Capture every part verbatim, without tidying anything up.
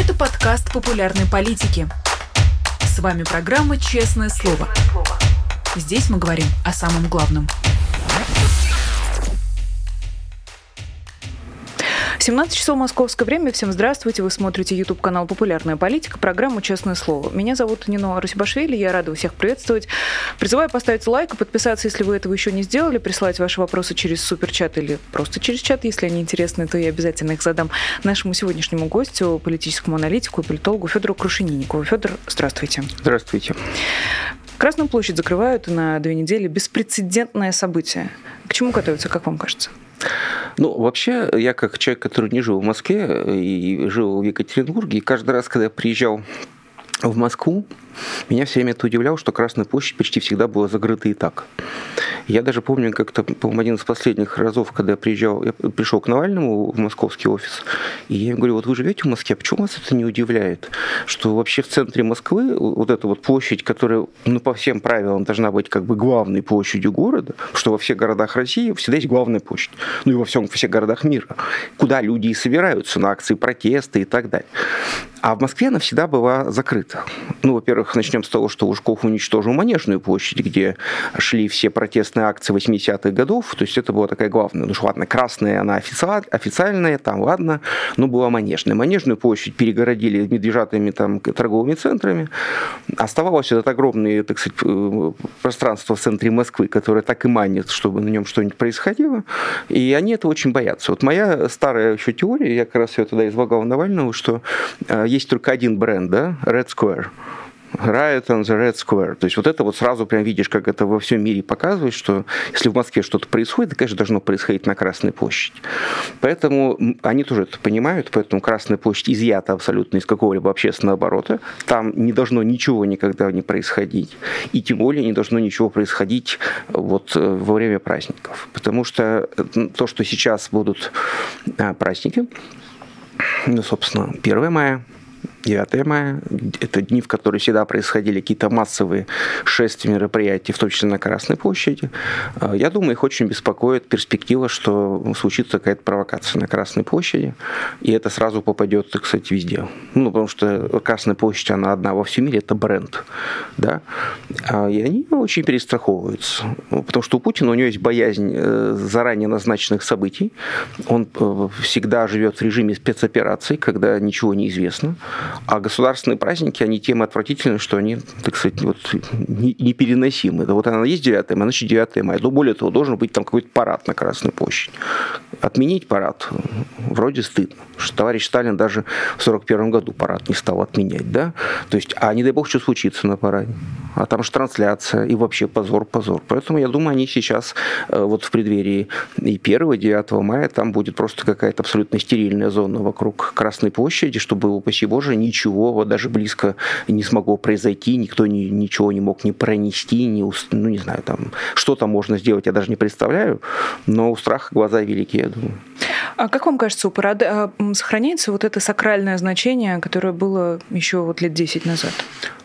Это подкаст популярной политики. С вами программа «Честное слово». Здесь мы говорим о самом главном. семнадцать часов московское время. Всем здравствуйте. Вы смотрите YouTube-канал «Популярная политика», программу «Честное слово». Меня зовут Нино Русибашвили. Я рада всех приветствовать. Призываю поставить лайк и подписаться, если вы этого еще не сделали, присылать ваши вопросы через суперчат или просто через чат. Если они интересны, то я обязательно их задам нашему сегодняшнему гостю, политическому аналитику и политологу Федору Крушенинникову. Федор, здравствуйте. Здравствуйте. Красную площадь закрывают на две недели. Беспрецедентное событие. К чему готовятся, как вам кажется? Ну, вообще, я как человек, который не жил в Москве и жил в Екатеринбурге, и каждый раз, когда я приезжал в Москву, меня все время это удивляло, что Красная площадь почти всегда была закрыта и так. Я даже помню, как-то, по-моему, один из последних разов, когда я приезжал, я пришел к Навальному в московский офис, и я ему говорю, вот вы живете в Москве, почему вас это не удивляет? Что вообще в центре Москвы вот эта вот площадь, которая, ну, по всем правилам должна быть как бы главной площадью города, что во всех городах России всегда есть главная площадь, ну и во всем, во всех городах мира, куда люди и собираются на акции протеста и так далее. А в Москве она всегда была закрыта. Ну, во-первых, начнем с того, что Лужков уничтожил Манежную площадь, где шли все протестные акции восьмидесятых годов. То есть это была такая главная. Ну, ладно, красная, она официальная, там, ладно, но была Манежная. Манежную площадь перегородили медвежатыми там торговыми центрами. Оставалось это огромное, так сказать, пространство в центре Москвы, которое так и манит, чтобы на нем что-нибудь происходило. И они этого очень боятся. Вот моя старая еще теория, я как раз ее тогда излагал Навальному, что есть только один бренд, да, Red Square. Riot on the Red Square. То есть вот это вот сразу прям видишь, как это во всем мире показывает, что если в Москве что-то происходит, это, конечно, должно происходить на Красной площади. Поэтому они тоже это понимают, поэтому Красная площадь изъята абсолютно из какого-либо общественного оборота. Там не должно ничего никогда не происходить. И тем более не должно ничего происходить вот во время праздников. Потому что то, что сейчас будут праздники, ну, собственно, первое мая, девятое мая, это дни, в которые всегда происходили какие-то массовые шествия, мероприятия, в том числе на Красной площади. Я думаю, их очень беспокоит перспектива, что случится какая-то провокация на Красной площади, и это сразу попадет, так сказать, везде. Ну, потому что Красная площадь, она одна во всем мире, это бренд, да, и они очень перестраховываются, потому что у Путина, у него есть боязнь заранее назначенных событий, он всегда живет в режиме спецопераций, когда ничего не известно. А государственные праздники, они тем отвратительны, что они, так сказать, вот, непереносимы. Да вот она есть девятое мая, значит девятое мая. Но более того, должен быть там какой-то парад на Красной площади. Отменить парад вроде стыдно. Что товарищ Сталин даже в сорок первом году парад не стал отменять. Да? То есть, а не дай бог, что случится на параде. А там же трансляция и вообще позор, позор. Поэтому я думаю, они сейчас вот в преддверии и первого, и девятого мая там будет просто какая-то абсолютно стерильная зона вокруг Красной площади, чтобы, упаси Боже, ничего вот даже близко не смогло произойти, никто ни, ничего не мог не пронести, не, ну не знаю, там что там можно сделать, я даже не представляю, но у страха глаза великие, я думаю. А как вам кажется, у парада сохраняется вот это сакральное значение, которое было еще вот лет десять назад?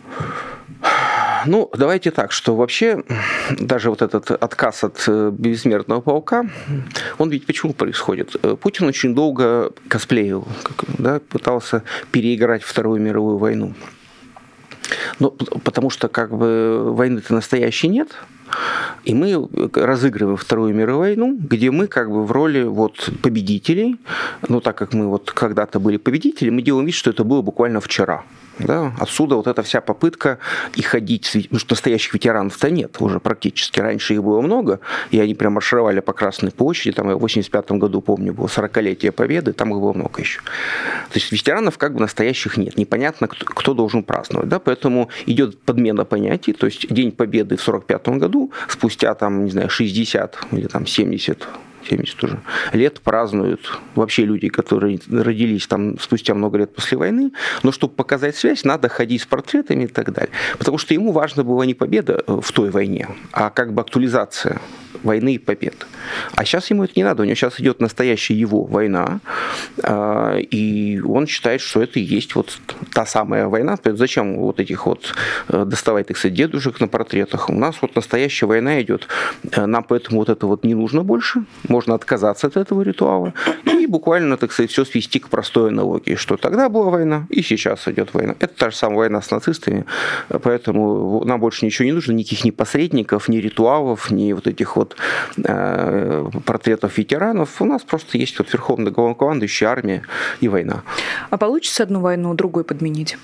Ну, давайте так, что вообще даже вот этот отказ от бессмертного полка, он ведь почему происходит? Путин очень долго косплеил, да, пытался переиграть Вторую мировую войну. Ну, потому что как бы войны-то настоящей нет, и мы разыгрываем Вторую мировую войну, где мы как бы в роли вот победителей, ну так как мы вот когда-то были победители, мы делаем вид, что это было буквально вчера. Да? Отсюда вот эта вся попытка и ходить, потому что настоящих ветеранов-то нет уже практически. Раньше их было много, и они прям маршировали по Красной площади. Там я в восемьдесят пятом году, помню, было сорокалетие Победы, там их было много еще. То есть ветеранов как бы настоящих нет. Непонятно, кто, кто должен праздновать. Да? Поэтому идет подмена понятий. То есть День Победы в сорок пятом году, спустя там, не знаю, шестьдесят или там семьдесят семьдесят уже лет празднуют вообще люди, которые родились там спустя много лет после войны, но чтобы показать связь, надо ходить с портретами и так далее. Потому что ему важна была не победа в той войне, а как бы актуализация войны и побед. А сейчас ему это не надо, у него сейчас идет настоящая его война, и он считает, что это и есть вот та самая война. Зачем вот этих вот доставать, так сказать, дедушек на портретах? У нас вот настоящая война идет, нам поэтому вот это вот не нужно больше. можно отказаться от этого ритуала и буквально, так сказать, все свести к простой аналогии, что тогда была война, и сейчас идет война. Это та же самая война с нацистами, поэтому нам больше ничего не нужно, никаких ни посредников, ни ритуалов, ни вот этих вот э, портретов ветеранов. У нас просто есть вот верховный главнокомандующий, армия и война. А получится одну войну другой подменить?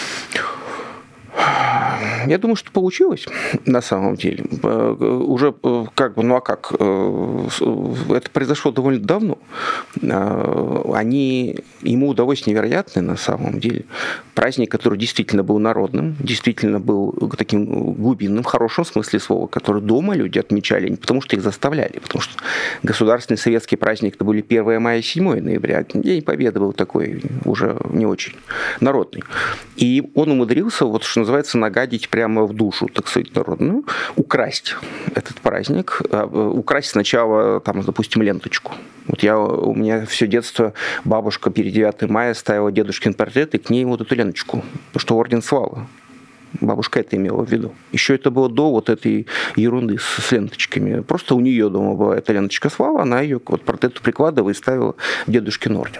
Я думаю, что получилось на самом деле. Уже как бы, ну а как? Это произошло довольно давно. Они, ему удалось невероятное на самом деле. Праздник, который действительно был народным, действительно был таким глубинным, в хорошем смысле слова, который дома люди отмечали не потому, что их заставляли, потому что государственный советский праздник это были первое мая и седьмое ноября. День Победы был такой уже не очень народный. И он умудрился, вот что называется, нагадить прямо в душу, так сказать, народную, украсть этот праздник, украсть сначала, там, допустим, ленточку. Вот я, у меня все детство бабушка перед девятым мая ставила дедушкин портрет, и к ней вот эту ленточку, потому что орден славы. Бабушка это имела в виду. Еще это было до вот этой ерунды с, с ленточками. Просто у нее дома была эта ленточка славы, она ее к вот портрету прикладывала и ставила в дедушкин орден.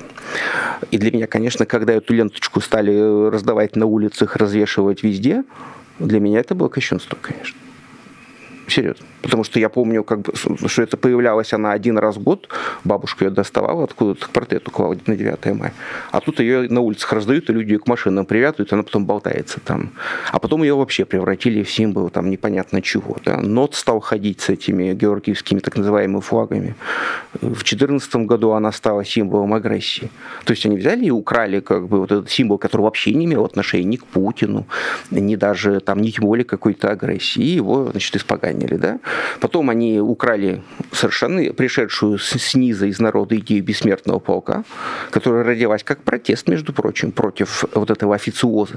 И для меня, конечно, когда эту ленточку стали раздавать на улицах, развешивать везде, для меня это было кощунство, конечно. Серьезно. Потому что я помню, как бы, что это появлялась она один раз в год, бабушка ее доставала откуда-то к портрету клала на девятое мая. А тут ее на улицах раздают, и люди ее к машинам привязывают, и она потом болтается там. А потом ее вообще превратили в символ там непонятно чего. Да? НОТ стал ходить с этими георгиевскими так называемыми флагами. В две тысячи четырнадцатом году она стала символом агрессии. То есть они взяли и украли как бы вот этот символ, который вообще не имел отношения ни к Путину, ни даже там, ни тем более какой-то агрессии. И его, значит, испоганили, да? Потом они украли совершенно пришедшую снизу из народа идею бессмертного полка, которая родилась как протест, между прочим, против вот этого официоза,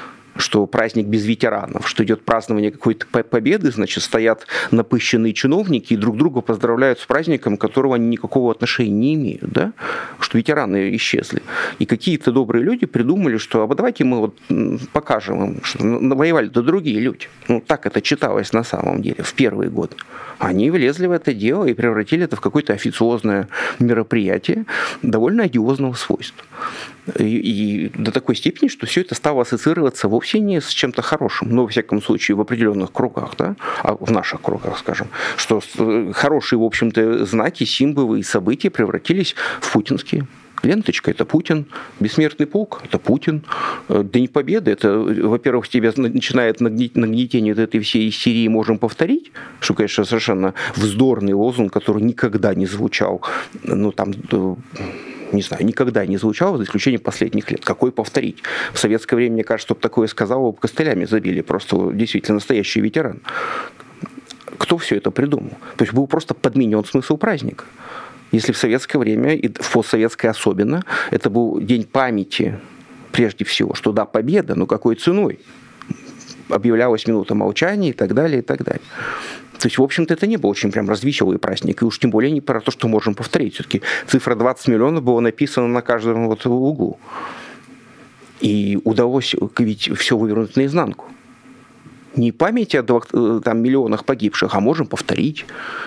что праздник без ветеранов, что идет празднование какой-то победы, значит, стоят напыщенные чиновники и друг друга поздравляют с праздником, которого они никакого отношения не имеют, да? Что ветераны исчезли. И какие-то добрые люди придумали, что а давайте мы вот покажем им, что воевали-то другие люди. Ну, так это читалось на самом деле в первые годы. Они влезли в это дело и превратили это в какое-то официозное мероприятие довольно одиозного свойства. И, и до такой степени, что все это стало ассоциироваться вовсе не с чем-то хорошим, но, во всяком случае, в определенных кругах, да, а в наших кругах, скажем, что хорошие, в общем-то, знаки, символы и события превратились в путинские. Ленточка – это Путин, бессмертный полк – это Путин, День Победы – это, во-первых, тебя начинает нагнетение этой всей истерии «можем повторить», что, конечно, совершенно вздорный лозунг, который никогда не звучал, ну, там, не знаю, никогда не звучало, за исключением последних лет. Какой повторить? В советское время, мне кажется, чтобы такое сказал, бы костылями забили. Просто действительно настоящий ветеран. Кто все это придумал? То есть был просто подменен смысл праздника. Если в советское время, и в постсоветское особенно, это был день памяти, прежде всего, что да, победа, но какой ценой? Объявлялась минута молчания и так далее, и так далее. То есть, в общем-то, это не был очень прям развеселый праздник, и уж тем более не про то, что можем повторить. Все-таки цифра двадцать миллионов была написана на каждом вот углу. И удалось ведь все вывернуть наизнанку. Не память о двух, там, миллионах погибших, а можем повторить.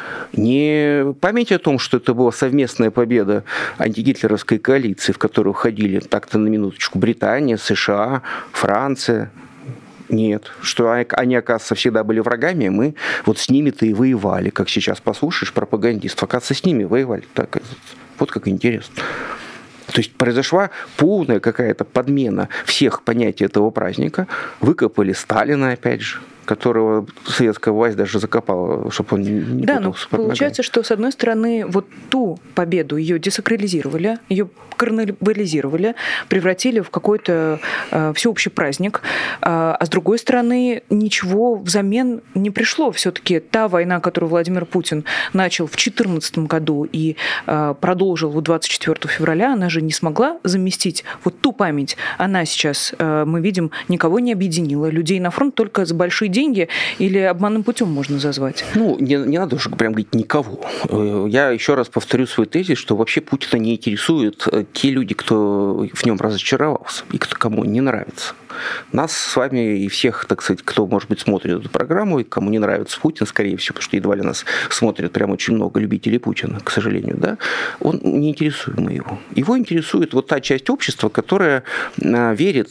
Не память о том, что это была совместная победа антигитлеровской коалиции, в которую входили так-то на минуточку Британия, США, Франция. Нет, что они, оказывается, всегда были врагами, мы вот с ними-то и воевали, как сейчас послушаешь пропагандистов, оказывается, с ними воевали. Так, вот как интересно. То есть произошла полная какая-то подмена всех понятий этого праздника, выкопали Сталина, опять же, которого советская власть даже закопала, чтобы он не да, путался под ногами. Получается, что, с одной стороны, вот ту победу ее десакрализировали, ее карнавализировали, превратили в какой-то э, всеобщий праздник, э, а с другой стороны, ничего взамен не пришло. Все-таки та война, которую Владимир Путин начал в две тысячи четырнадцатом году и э, продолжил в двадцать четвёртого февраля, она же не смогла заместить вот ту память. Она сейчас, э, мы видим, никого не объединила. Людей на фронт только за большие деньги или обманным путем можно зазвать? Ну, не, не надо уже прям говорить никого. Я еще раз повторю свой тезис, что вообще Путина не интересует те люди, кто в нем разочаровался и кто, кому не нравится. Нас с вами и всех, так сказать, кто, может быть, смотрит эту программу, и кому не нравится Путин, скорее всего, потому что едва ли нас смотрят прям очень много любителей Путина, к сожалению, да, он не интересует мы его. Его интересует вот та часть общества, которая верит,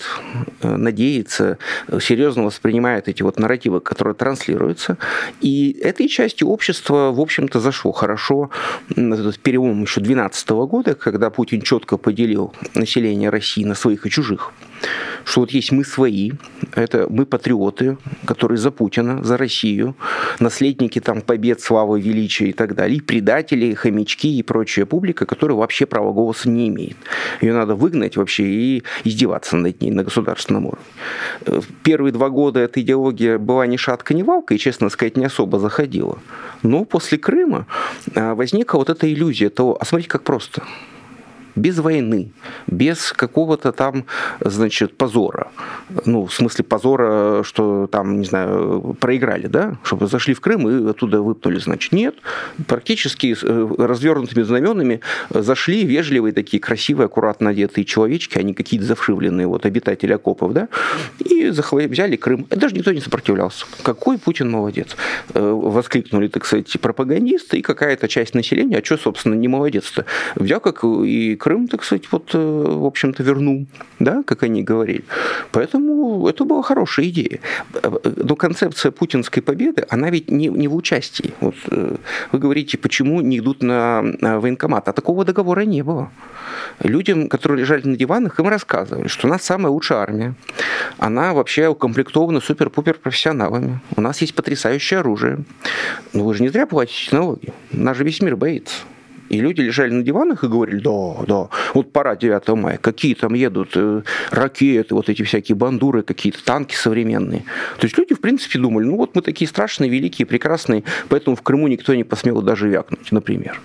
надеется, серьезно воспринимает эти вот нарративы, которые транслируются. И этой части общества, в общем-то, зашло хорошо в перелом еще две тысячи двенадцатого года, когда Путин четко поделил население России на своих и чужих. Что вот есть мы свои, это мы патриоты, которые за Путина, за Россию, наследники там побед, славы, величия и так далее, и предатели, хомячки и прочая публика, которая вообще права голоса не имеет. Ее надо выгнать вообще и издеваться над ней на государственном уровне. Первые два года эта идеология была ни шатка, ни валка, и, честно сказать, не особо заходила. Но после Крыма возникла вот эта иллюзия того, а смотрите, как просто. Без войны, без какого-то там, значит, позора. Ну, в смысле позора, что там, не знаю, проиграли, да? Чтобы зашли в Крым и оттуда выпнули, значит. Нет. Практически развернутыми знаменами зашли вежливые такие красивые, аккуратно одетые человечки, а не какие-то завшивленные вот обитатели окопов, да? И взяли Крым. И даже никто не сопротивлялся. Какой Путин молодец. Воскликнули, так сказать, пропагандисты и какая-то часть населения. А что, собственно, не молодец-то? Взял, как и Крым, так сказать, вот, в общем-то, вернул, да, как они говорили. Поэтому это была хорошая идея. Но концепция путинской победы, она ведь не, не в участии. Вот, вы говорите, почему не идут на военкомат, а такого договора не было. Людям, которые лежали на диванах, им рассказывали, что у нас самая лучшая армия, она вообще укомплектована супер-пупер профессионалами, у нас есть потрясающее оружие. Но вы же не зря платите налоги, нас же весь мир боится. И люди лежали на диванах и говорили, да, да, вот пора девятого мая, какие там едут э, ракеты, вот эти всякие бандуры, какие-то танки современные. То есть люди, в принципе, думали, ну вот мы такие страшные, великие, прекрасные, поэтому в Крыму никто не посмел даже вякнуть, например.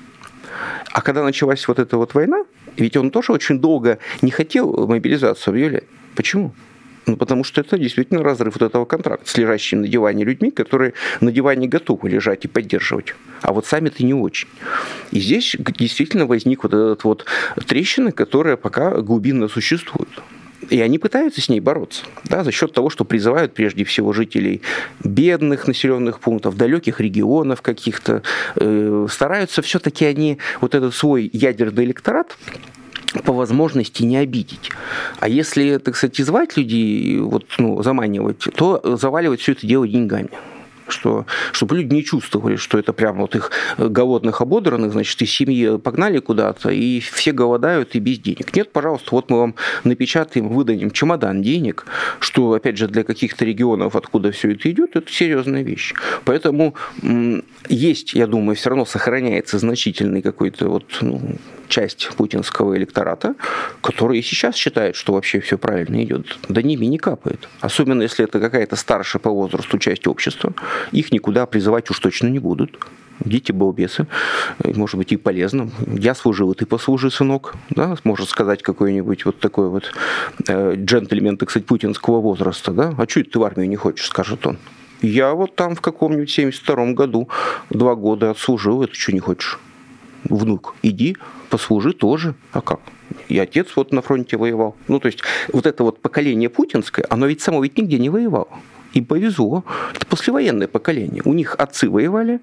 А когда началась вот эта вот война, ведь он тоже очень долго не хотел мобилизацию объявлять. Почему? Ну, потому что это действительно разрыв вот этого контракта с лежащими на диване людьми, которые на диване готовы лежать и поддерживать. А вот сами-то не очень. И здесь действительно возник вот этот вот трещина, которая пока глубинно существует. И они пытаются с ней бороться, да, за счет того, что призывают прежде всего жителей бедных населенных пунктов, далеких регионов каких-то. Э, стараются все-таки они вот этот свой ядерный электорат по возможности не обидеть. А если, так сказать, звать людей, вот, ну, заманивать, то заваливать все это дело деньгами. Что, чтобы люди не чувствовали, что это прямо вот их голодных, ободранных, значит, из семьи погнали куда-то, и все голодают и без денег. Нет, пожалуйста, вот мы вам напечатаем, выдадим чемодан денег, что, опять же, для каких-то регионов, откуда все это идет, это серьезная вещь. Поэтому есть, я думаю, все равно сохраняется значительный какой-то вот, ну, часть путинского электората, который и сейчас считает, что вообще все правильно идет. Да ними не капает. Особенно, если это какая-то старшая по возрасту часть общества. Их никуда призывать уж точно не будут. Дети балбесы. Может быть, и полезно. Я служил, и ты послужи, сынок. Да? Может сказать какой-нибудь вот такой вот э, джентльмен, так сказать, путинского возраста. Да? А чё это ты в армию не хочешь, скажет он. Я вот там в каком-нибудь семьдесят втором году два года отслужил. Это что не хочешь? Внук, иди, послужи тоже. А как? И отец вот на фронте воевал. Ну, то есть, вот это вот поколение путинское, оно ведь само ведь нигде не воевало. Им повезло. Это послевоенное поколение. У них отцы воевали.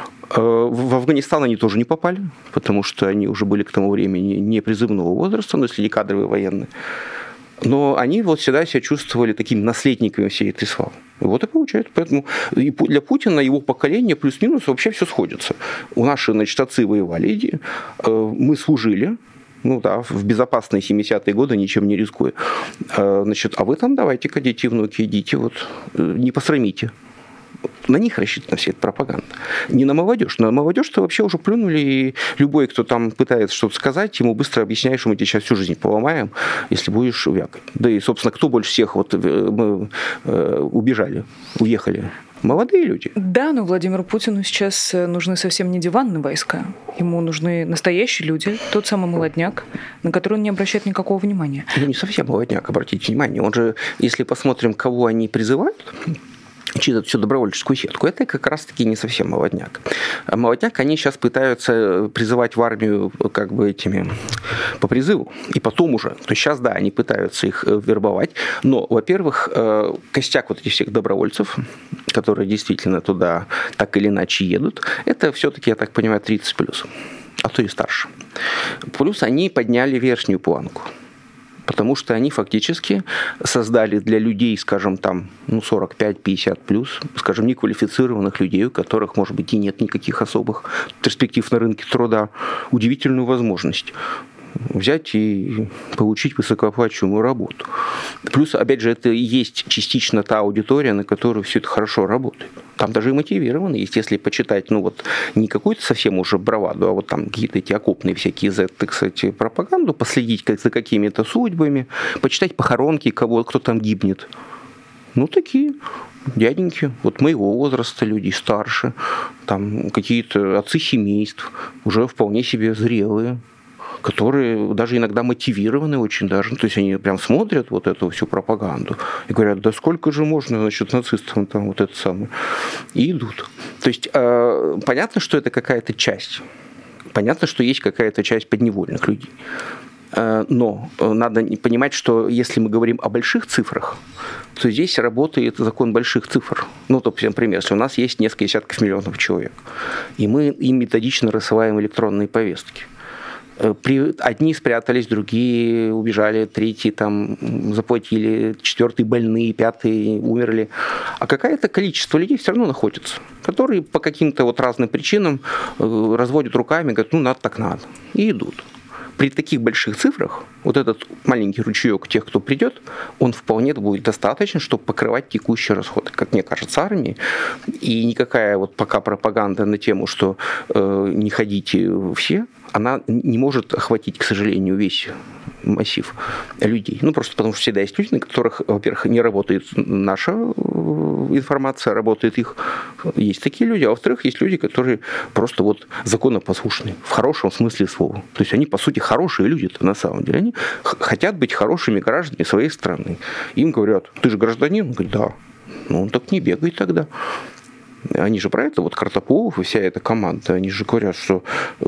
В Афганистан они тоже не попали, потому что они уже были к тому времени не призывного возраста, но если не кадровые военные. Но они вот всегда себя чувствовали такими наследниками всей этой славы. И вот и получается. Поэтому и для Путина, его поколения плюс-минус вообще все сходится. У наши, значит, отцы воевали, мы служили, ну да, в безопасные семидесятые годы, ничем не рискуя. Значит, а вы там давайте-ка, дети, внуки, идите, вот, не посрамите. На них рассчитана вся эта пропаганда. Не на молодежь. На молодежь-то вообще уже плюнули, и любой, кто там пытается что-то сказать, ему быстро объясняешь, что мы тебе сейчас всю жизнь поломаем, если будешь вякать. Да и, собственно, кто больше всех вот мы убежали, уехали? Молодые люди. Да, но Владимиру Путину сейчас нужны совсем не диванные войска. Ему нужны настоящие люди, тот самый молодняк, на который он не обращает никакого внимания. Ну, не совсем молодняк, обратите внимание. Он же, если посмотрим, кого они призывают, читают всю добровольческую сетку, это как раз-таки не совсем молодняк. А молодняк, они сейчас пытаются призывать в армию как бы этими по призыву, и потом уже. То есть сейчас, да, они пытаются их вербовать, но, во-первых, костяк вот этих всех добровольцев, которые действительно туда так или иначе едут, это все-таки, я так понимаю, тридцать плюс, а то и старше. Плюс они подняли верхнюю планку. Потому что они фактически создали для людей, скажем, там, ну, сорок пять пятьдесят плюс, скажем, неквалифицированных людей, у которых, может быть, и нет никаких особых перспектив на рынке труда, удивительную возможность взять и получить высокооплачиваемую работу. Плюс, опять же, это и есть частично та аудитория, на которую все это хорошо работает. Там даже и мотивированы есть, если почитать, ну вот, не какую-то совсем уже браваду, а вот там какие-то эти окопные всякие Z, кстати, пропаганду, последить за какими-то судьбами, почитать похоронки, кого, кто там гибнет. Ну, такие дяденьки, вот моего возраста люди, старше, там какие-то отцы семейств, уже вполне себе зрелые, которые даже иногда мотивированы очень даже. То есть они прям смотрят вот эту всю пропаганду и говорят, да сколько же можно, значит, нацистам там вот это самое. И идут. То есть э, понятно, что это какая-то часть. Понятно, что есть какая-то часть подневольных людей. Э, но надо понимать, что если мы говорим о больших цифрах, то здесь работает закон больших цифр. Ну, то, например, если у нас есть несколько десятков миллионов человек, и мы им методично рассылаем электронные повестки, одни спрятались, другие убежали, третьи там заплатили, четвертые больные, пятые умерли. А какое-то количество людей все равно находится, которые по каким-то вот разным причинам разводят руками, говорят, ну надо так надо, и идут. При таких больших цифрах вот этот маленький ручеек тех, кто придет, он вполне будет достаточно, чтобы покрывать текущие расходы, как мне кажется, армии. И никакая вот пока пропаганда на тему, что э, не ходите все, она не может охватить, к сожалению, весь массив людей. Ну, просто потому что всегда есть люди, на которых, во-первых, не работает наша информация, работает их. Есть такие люди. А во-вторых, есть люди, которые просто вот законопослушные, в хорошем смысле слова. То есть они, по сути, хорошие люди-то на самом деле. Они хотят быть хорошими гражданами своей страны. Им говорят, ты же гражданин? Он говорит, да. Ну, он так не бегает тогда. Они же про это, вот Картополов и вся эта команда, они же говорят, что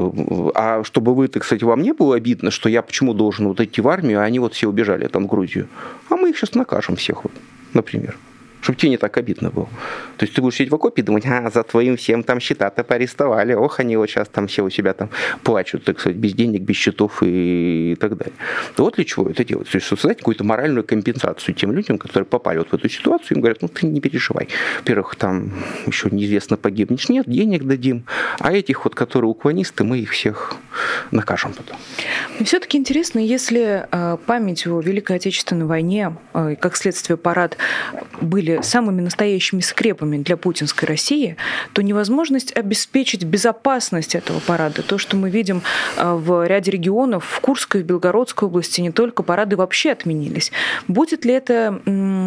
а чтобы вы, так сказать, вам не было обидно, что я почему должен вот идти в армию, а они вот все убежали там в Грузию. А мы их сейчас накажем всех, вот, например. Чтобы тебе не так обидно было. То есть ты будешь сидеть в окопе и думать, а, за твоим всем там счета-то поарестовали, ох, они вот сейчас там все у себя там плачут, так сказать, без денег, без счетов и, и так далее. Вот для чего это делать? То есть создать какую-то моральную компенсацию тем людям, которые попали вот в эту ситуацию, им говорят, ну ты не переживай. Во-первых, там еще неизвестно, погибнешь, нет, денег дадим, а этих вот, которые уклонисты, мы их всех накажем потом. Но все-таки интересно, если э, память о Великой Отечественной войне, э, как следствие парад, были самыми настоящими скрепами для путинской России, то невозможность обеспечить безопасность этого парада, то, что мы видим в ряде регионов, в Курской, в Белгородской области, не только парады вообще отменились. Будет ли это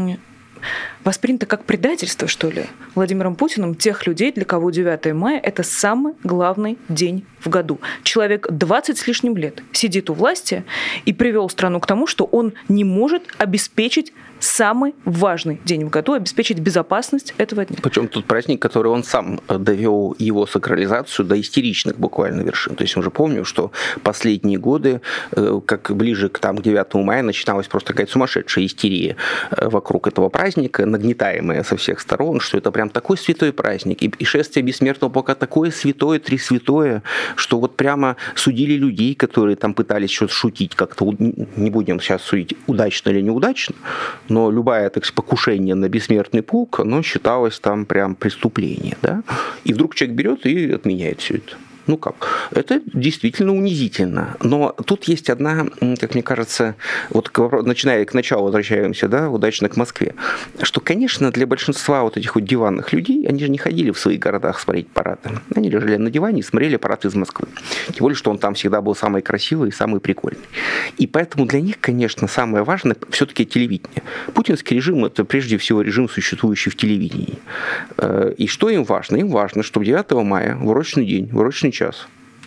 воспринято как предательство, что ли, Владимиром Путиным тех людей, для кого девятое мая – это самый главный день в году? Человек двадцать с лишним лет сидит у власти и привел страну к тому, что он не может обеспечить самый важный день в году, обеспечить безопасность этого дня. Причем тут праздник, который он сам довел его сакрализацию до истеричных буквально вершин. То есть мы же помним, что последние годы, как ближе к, там, к девятому мая, начиналась просто какая-то сумасшедшая истерия вокруг этого праздника, нагнетаемая со всех сторон, что это прям такой святой праздник. И, и шествие бессмертного полка такое святое, тресвятое, что вот прямо судили людей, которые там пытались что-то шутить как-то. Не будем сейчас судить, удачно или неудачно, но любое, так сказать, покушение на бессмертный полк, оно считалось там прям преступление, да? И вдруг человек берет и отменяет все это. Ну как? Это действительно унизительно. Но тут есть одна, как мне кажется, вот начиная к началу возвращаемся, да, удачно к Москве, что, конечно, для большинства вот этих вот диванных людей, они же не ходили в своих городах смотреть парады. Они лежали на диване и смотрели парад из Москвы. Тем более, что он там всегда был самый красивый и самый прикольный. И поэтому для них, конечно, самое важное все-таки телевидение. Путинский режим – это прежде всего режим, существующий в телевидении. И что им важно? Им важно, чтобы девятого мая, в урочный день, в урочный час,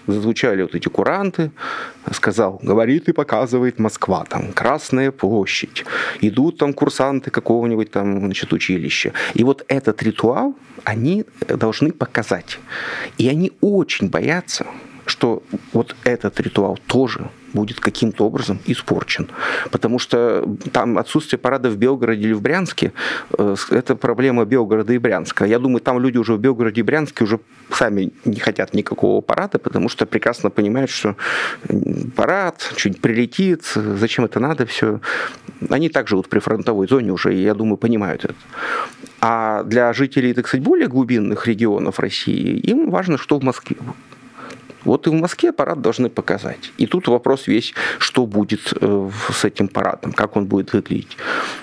зазвучали вот эти куранты, сказал, говорит и показывает Москва, там, Красная площадь, идут там курсанты какого-нибудь там, значит, училища. И вот этот ритуал они должны показать. И они очень боятся, что вот этот ритуал тоже будет каким-то образом испорчен. Потому что там отсутствие парада в Белгороде или в Брянске – это проблема Белгорода и Брянска. Я думаю, там люди уже в Белгороде и Брянске уже сами не хотят никакого парада, потому что прекрасно понимают, что парад, что-нибудь прилетит, зачем это надо все. Они так живут при фронтовой зоне уже, и, я думаю, понимают это. А для жителей, так сказать, более глубинных регионов России им важно, что в Москве. Вот и в Москве парад должны показать. И тут вопрос весь, что будет с этим парадом, как он будет выглядеть.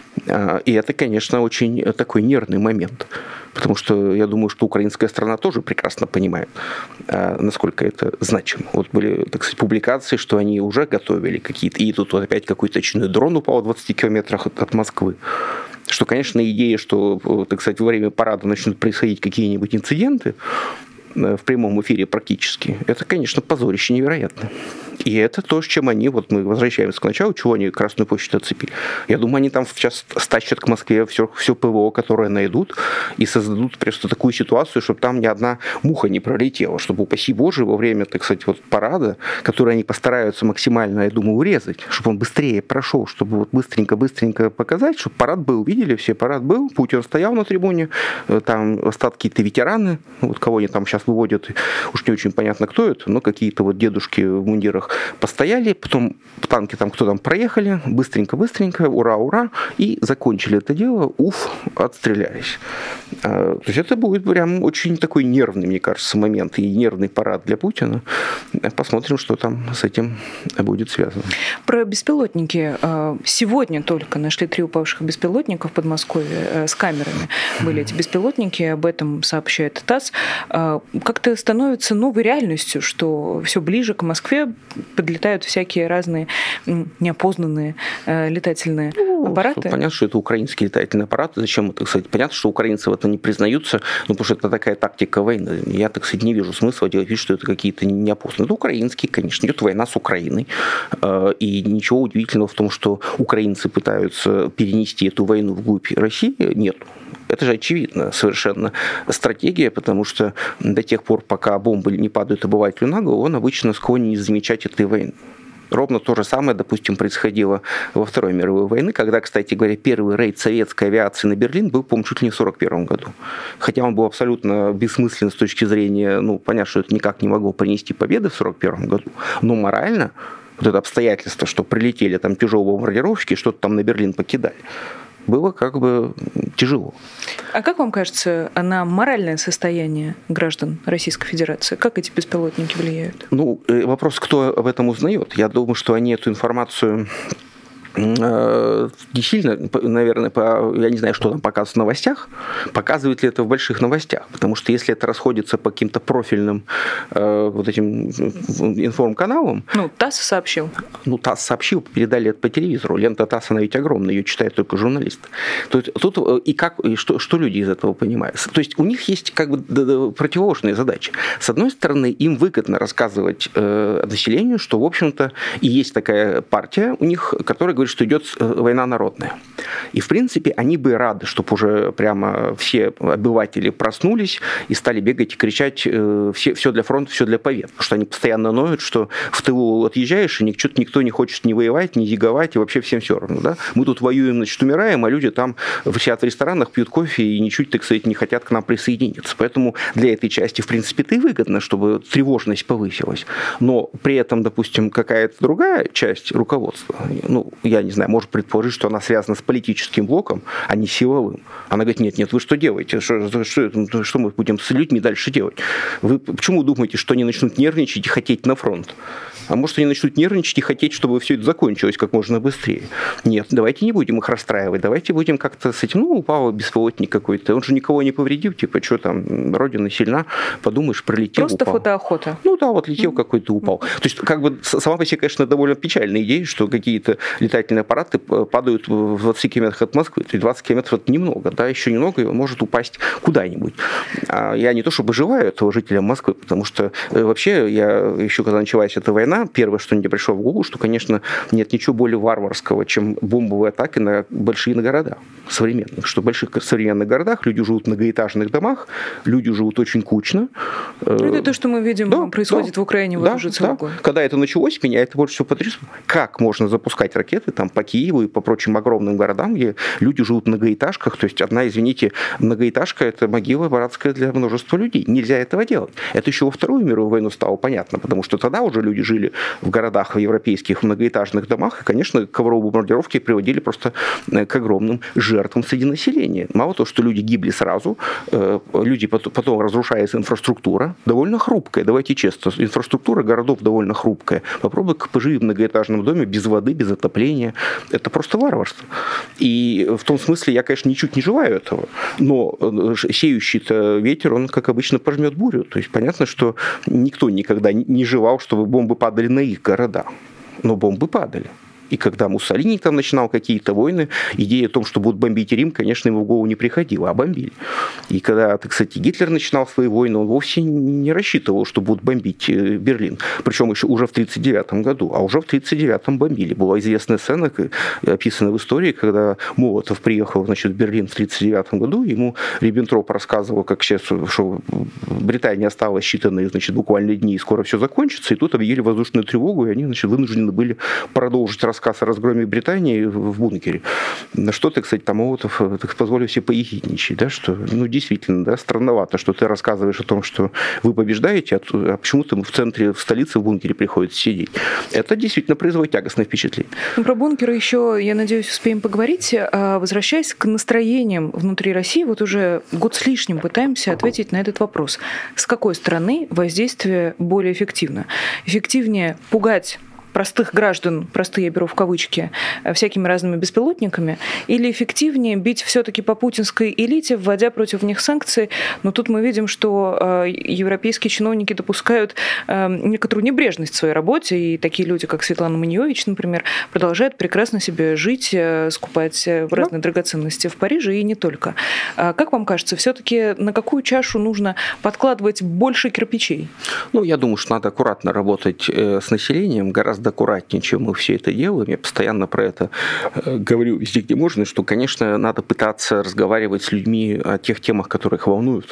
И это, конечно, очень такой нервный момент. Потому что я думаю, что украинская страна тоже прекрасно понимает, насколько это значимо. Вот были, так сказать, публикации, что они уже готовили какие-то... И тут вот опять какой-то очередной дрон упал в двадцати километрах от, от Москвы. Что, конечно, идея, что, так сказать, во время парада начнут происходить какие-нибудь инциденты, в прямом эфире практически, это, конечно, позорище невероятно. И это то, с чем они, вот мы возвращаемся к началу, чего они Красную площадь отцепили. Я думаю, они там сейчас стащат к Москве все, все ПВО, которое найдут, и создадут просто такую ситуацию, чтобы там ни одна муха не пролетела, чтобы, упаси Боже, во время, так сказать, вот парада, который они постараются максимально, я думаю, урезать, чтобы он быстрее прошел, чтобы вот быстренько-быстренько показать, чтобы парад был, видели все, парад был, Путин стоял на трибуне, там остатки какие-то ветераны, вот кого они там сейчас выводят, уж не очень понятно, кто это, но какие-то вот дедушки в мундирах постояли, потом танки там кто там проехали, быстренько-быстренько, ура-ура, и закончили это дело, уф, отстрелялись. То есть это будет прям очень такой нервный, мне кажется, момент, и нервный парад для Путина. Посмотрим, что там с этим будет связано. Про беспилотники. Сегодня только нашли три упавших беспилотника в Подмосковье с камерами. Были эти беспилотники, об этом сообщает ТАСС. Как-то становится новой реальностью, что все ближе к Москве подлетают всякие разные неопознанные летательные ну, аппараты. Понятно, что это украинские летательные аппараты. Зачем это, кстати? Понятно, что украинцы в этом не признаются, ну, потому что это такая тактика войны. Я, так сказать, не вижу смысла делать вид, что это какие-то неопознанные. Это украинские, конечно. Идет война с Украиной. И ничего удивительного в том, что украинцы пытаются перенести эту войну вглубь России, нет. Это же очевидно совершенно стратегия, потому что до тех пор, пока бомбы не падают обывателю на голову, он обычно склонен не замечать этой войны. Ровно то же самое, допустим, происходило во Второй мировой войне, когда, кстати говоря, первый рейд советской авиации на Берлин был, по-моему, чуть ли не в сорок первом году. Хотя он был абсолютно бессмыслен с точки зрения, ну, понятно, что это никак не могло принести победы в сорок первом году, но морально вот это обстоятельство, что прилетели там тяжелые бомбардировщики, что-то там на Берлин покидали, было как бы тяжело. А как вам кажется, на моральное состояние граждан Российской Федерации, как эти беспилотники влияют? Ну, вопрос, кто об этом узнает. Я думаю, что они эту информацию не сильно, наверное, по, я не знаю, что там показывают в новостях, показывают ли это в больших новостях, потому что если это расходится по каким-то профильным э, вот этим информканалам... Ну, ТАСС сообщил. Ну, ТАСС сообщил, передали это по телевизору. Лента ТАСС, она ведь огромная, ее читают только журналисты. Тут, тут и как, и что, что люди из этого понимают? То есть у них есть как бы противоположные задачи. С одной стороны, им выгодно рассказывать э, населению, что, в общем-то, и есть такая партия у них, которая говорит, что идет война народная. И, в принципе, они бы рады, чтобы уже прямо все обыватели проснулись и стали бегать и кричать все, все для фронта, все для побед. Потому что они постоянно ноют, что в тылу отъезжаешь, и никто, никто не хочет ни воевать, ни зиговать, и вообще всем все равно. Да? Мы тут воюем, значит, умираем, а люди там сидят в ресторанах, пьют кофе и ничуть, так сказать, не хотят к нам присоединиться. Поэтому для этой части, в принципе, это и выгодно, чтобы тревожность повысилась. Но при этом, допустим, какая-то другая часть руководства, ну, я не знаю, может предположить, что она связана с политическим блоком, а не силовым. Она говорит, нет, нет, вы что делаете? Что, что, что мы будем с людьми дальше делать? Вы почему думаете, что они начнут нервничать и хотеть на фронт? А может, они начнут нервничать и хотеть, чтобы все это закончилось как можно быстрее? Нет, давайте не будем их расстраивать, давайте будем как-то с этим, ну, упал беспилотник какой-то, он же никого не повредил, типа, что там, Родина сильна, подумаешь, пролетел, просто упал. Фотоохота. Ну да, вот летел mm-hmm. какой-то, упал. То есть, как бы, сама по себе, конечно, довольно печальная идея, что какие-то летательные летательные аппараты падают в двадцати километрах от Москвы. То есть двадцать километров – это немного, да, еще немного, и он может упасть куда-нибудь. Я не то чтобы желаю этого жителям Москвы, потому что вообще я еще, когда началась эта война, первое, что мне пришло в голову, что, конечно, нет ничего более варварского, чем бомбовые атаки на большие города современных. Что в больших современных городах люди живут в многоэтажных домах, люди живут очень кучно. Это то, что мы видим, да, происходит да, в Украине вот да, уже целый да. год. Когда это началось, меня это больше всего потрясло. Как можно запускать ракеты там, по Киеву и по прочим огромным городам, где люди живут в многоэтажках. То есть одна, извините, многоэтажка – это могила братская для множества людей. Нельзя этого делать. Это еще во Вторую мировую войну стало понятно, потому что тогда уже люди жили в городах, в европейских многоэтажных домах, и, конечно, ковровые бомбардировки приводили просто к огромным жертвам среди населения. Мало того, что люди гибли сразу, люди потом разрушается инфраструктура, довольно хрупкая, давайте честно, инфраструктура городов довольно хрупкая. Попробуй поживи в многоэтажном доме без воды, без отопления. Это просто варварство. И в том смысле я, конечно, ничуть не желаю этого, но сеющий-то ветер, он, как обычно, пожмет бурю. То есть понятно, что никто никогда не желал, чтобы бомбы падали на их города. Но бомбы падали. И когда Муссолини там начинал какие-то войны, идея о том, что будут бомбить Рим, конечно, ему в голову не приходила, а бомбили. И когда, кстати, Гитлер начинал свои войны, он вовсе не рассчитывал, что будут бомбить Берлин. Причем еще уже в тридцать девятом году. А уже в тридцать девятом бомбили. Была известная сцена, описанная в истории, когда Молотов приехал, значит, в Берлин в тридцать девятом году, ему Риббентроп рассказывал, как сейчас, что в Британии осталось считанные, значит, буквально дни, и скоро все закончится, и тут объявили воздушную тревогу, и они, значит, вынуждены были продолжить рассказ о разгроме Британии в бункере. На что ты, кстати, там Молотов позволил себе поехидничать, да, что, ну, действительно, да, странновато, что ты рассказываешь о том, что вы побеждаете, а почему-то в центре, в столице, в бункере приходится сидеть. Это действительно производит тягостное впечатление. Ну, про бункеры еще, я надеюсь, успеем поговорить. Возвращаясь к настроениям внутри России, вот уже год с лишним пытаемся ответить на этот вопрос. С какой стороны воздействие более эффективно? Эффективнее пугать простых граждан, простые я беру в кавычки, всякими разными беспилотниками, или эффективнее бить все-таки по путинской элите, вводя против них санкции? Но тут мы видим, что европейские чиновники допускают некоторую небрежность в своей работе, и такие люди, как Светлана Маниович, например, продолжают прекрасно себе жить, скупать разные драгоценности в Париже и не только. Как вам кажется, все-таки на какую чашу нужно подкладывать больше кирпичей? Ну, я думаю, что надо аккуратно работать с населением, гораздо аккуратнее, чем мы все это делаем. Я постоянно про это говорю везде, где можно, что, конечно, надо пытаться разговаривать с людьми о тех темах, которые их волнуют,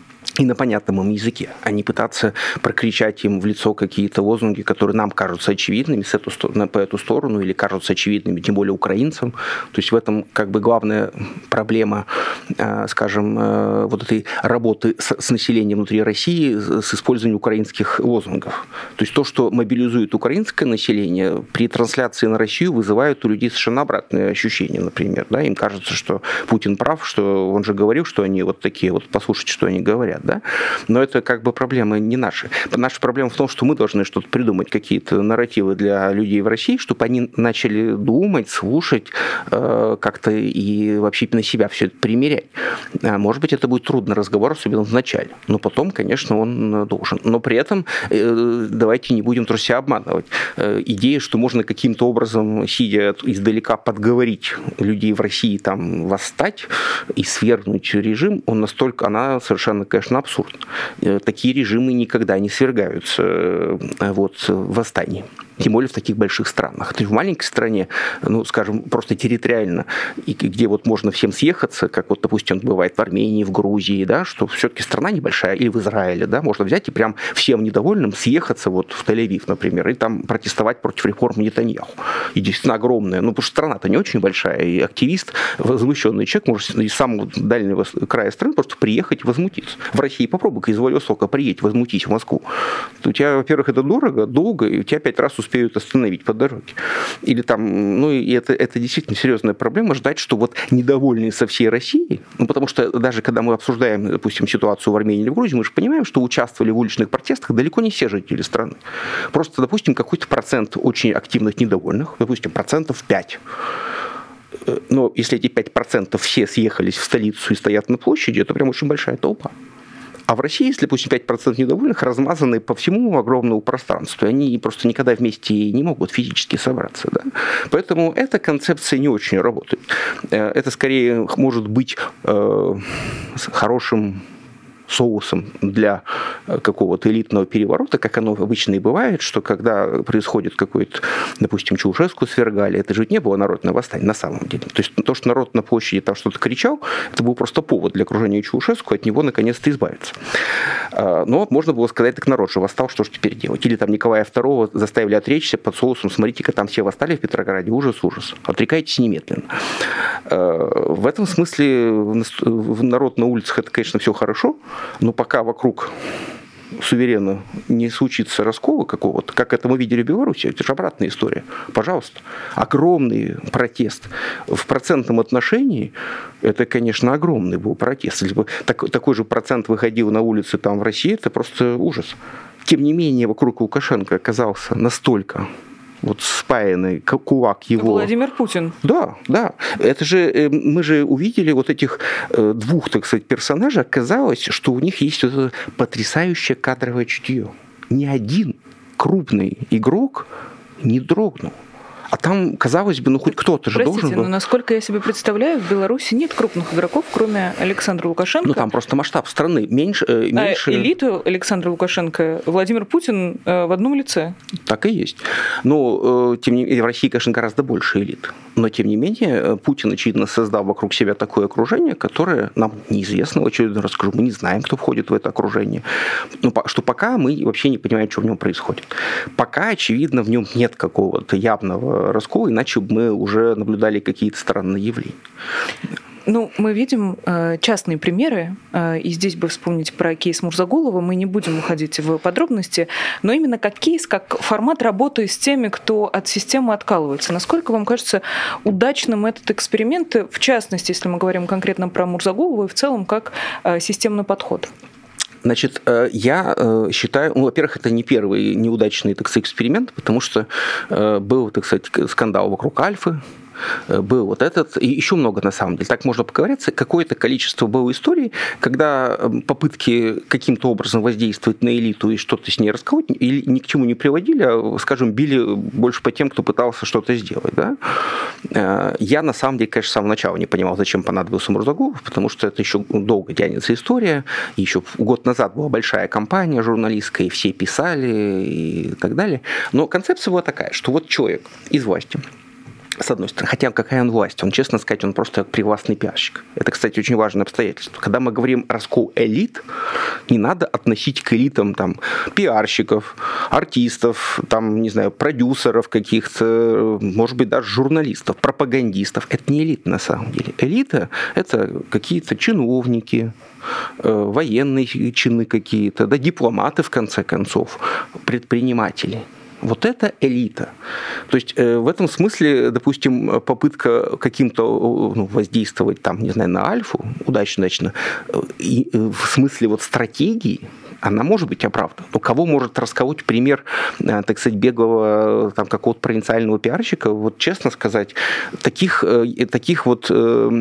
и на понятном им языке, а не пытаться прокричать им в лицо какие-то лозунги, которые нам кажутся очевидными с эту, по эту сторону, или кажутся очевидными, тем более украинцам. То есть в этом как бы главная проблема, скажем, вот этой работы с населением внутри России с использованием украинских лозунгов. То есть то, что мобилизует украинское население, при трансляции на Россию вызывает у людей совершенно обратные ощущения, например. Да? Им кажется, что Путин прав, что он же говорил, что они вот такие, вот послушайте, что они говорят. Да? Но это как бы проблемы не наши. Наша проблема в том, что мы должны что-то придумать, какие-то нарративы для людей в России, чтобы они начали думать, слушать, э, как-то и вообще на себя все это примерять. Может быть, это будет трудный разговор, особенно в начале. Но потом, конечно, он должен. Но при этом э, давайте не будем тоже себя обманывать. Э, идея, что можно каким-то образом, сидя издалека, подговорить людей в России там восстать и свергнуть режим, он настолько, она совершенно, конечно, абсурд. Такие режимы никогда не свергаются вот, в восстании. Тем более в таких больших странах. То есть в маленькой стране, ну, скажем, просто территориально, и где вот можно всем съехаться, как вот, допустим, бывает в Армении, в Грузии, да, что все-таки страна небольшая, или в Израиле, да, можно взять и прям всем недовольным съехаться вот в Тель-Авив, например, и там протестовать против реформ Нетаньяху. И действительно огромная, ну, потому что страна-то не очень большая, и активист, возмущенный человек может из самого дальнего края страны просто приехать и возмутиться. В России попробуй-ка из Владивостока приедь, возмутись в Москву. У тебя, во-первых, это дорого, долго, и у тебя пять раз успеют остановить по дороге. Или там, ну, и это, это действительно серьезная проблема, ждать, что вот недовольные со всей России, ну, потому что даже когда мы обсуждаем, допустим, ситуацию в Армении или в Грузии, мы же понимаем, что участвовали в уличных протестах далеко не все жители страны. Просто, допустим, какой-то процент очень активных недовольных, допустим, процентов пять. Но если эти пять процентов все съехались в столицу и стоят на площади, это прям очень большая толпа. А в России, если, допустим, пять процентов недовольных размазаны по всему огромному пространству, они просто никогда вместе не могут физически собраться. Да? Поэтому эта концепция не очень работает. Это скорее может быть э, хорошим соусом для какого-то элитного переворота, как оно обычно и бывает, что когда происходит какой-то, допустим, Чаушеску свергали, это же не было народное восстание на самом деле. То есть то, что народ на площади там что-то кричал, это был просто повод для окружения Чаушеску, от него наконец-то избавиться. Но можно было сказать, так народ же восстал, что же теперь делать? Или там Николая второго заставили отречься под соусом, смотрите-ка, там все восстали в Петрограде, ужас, ужас. Отрекайтесь немедленно. В этом смысле народ на улицах, это, конечно, все хорошо, но пока вокруг суверенно не случится раскола какого-то, как это мы видели в Беларуси, это же обратная история. Пожалуйста. Огромный протест. В процентном отношении это, конечно, огромный был протест. Если бы такой же процент выходил на улицы там в России, это просто ужас. Тем не менее, вокруг Лукашенко оказался настолько вот спаянный кулак его... Владимир Путин. Да, да. Это же, мы же увидели вот этих двух, так сказать, персонажей. Оказалось, что у них есть вот это потрясающее кадровое чутье. Ни один крупный игрок не дрогнул. А там, казалось бы, ну хоть кто-то же Простите, должен был... но насколько я себе представляю, в Беларуси нет крупных игроков, кроме Александра Лукашенко. Ну там просто масштаб страны меньше... Э, меньше... А элиту Александра Лукашенко Владимир Путин э, в одном лице. Так и есть. Но, э, тем не менее, в России, конечно, гораздо больше элит. Но, тем не менее, Путин, очевидно, создал вокруг себя такое окружение, которое нам неизвестно, очевидно, расскажу, мы не знаем, кто входит в это окружение. Но, что пока мы вообще не понимаем, что в нем происходит. Пока, очевидно, в нем нет какого-то явного раскола, иначе бы мы уже наблюдали какие-то странные явления. Ну, мы видим э, частные примеры, э, и здесь бы вспомнить про кейс Мурзагулова, мы не будем уходить в подробности, но именно как кейс, как формат работы с теми, кто от системы откалывается. Насколько вам кажется удачным этот эксперимент, в частности, если мы говорим конкретно про Мурзагулова, и в целом как э, системный подход? Значит, я считаю, ну, во-первых, это не первый неудачный, так сказать, эксперимент, потому что был, так сказать, скандал вокруг Альфы, был вот этот, и еще много на самом деле. Так можно поговориться. Какое-то количество было историй, когда попытки каким-то образом воздействовать на элиту и что-то с ней расколоть или ни к чему не приводили, а, скажем, били больше по тем, кто пытался что-то сделать. Да? Я, на самом деле, конечно, с самого начала не понимал, зачем понадобился Мурзагулов, потому что это еще долго тянется история. И еще год назад была большая кампания журналистская, и все писали и так далее. Но концепция была такая, что вот человек из власти, с одной стороны. Хотя какая он власть? Он, честно сказать, он просто привластный пиарщик. Это, кстати, очень важное обстоятельство. Когда мы говорим раскол элит, не надо относить к элитам там, пиарщиков, артистов, там, не знаю, продюсеров каких-то, может быть, даже журналистов, пропагандистов. Это не элита на самом деле. Элита – это какие-то чиновники, военные чины какие-то, да, дипломаты, в конце концов, предприниматели. Вот это элита. То есть в этом смысле, допустим, попытка каким-то ну, воздействовать там, не знаю, на Альфу, удачно-удачно, и в смысле вот стратегии, она может быть оправдана. Но кого может расколоть пример, так сказать, беглого там, какого-то провинциального пиарщика? Вот честно сказать, таких, таких вот,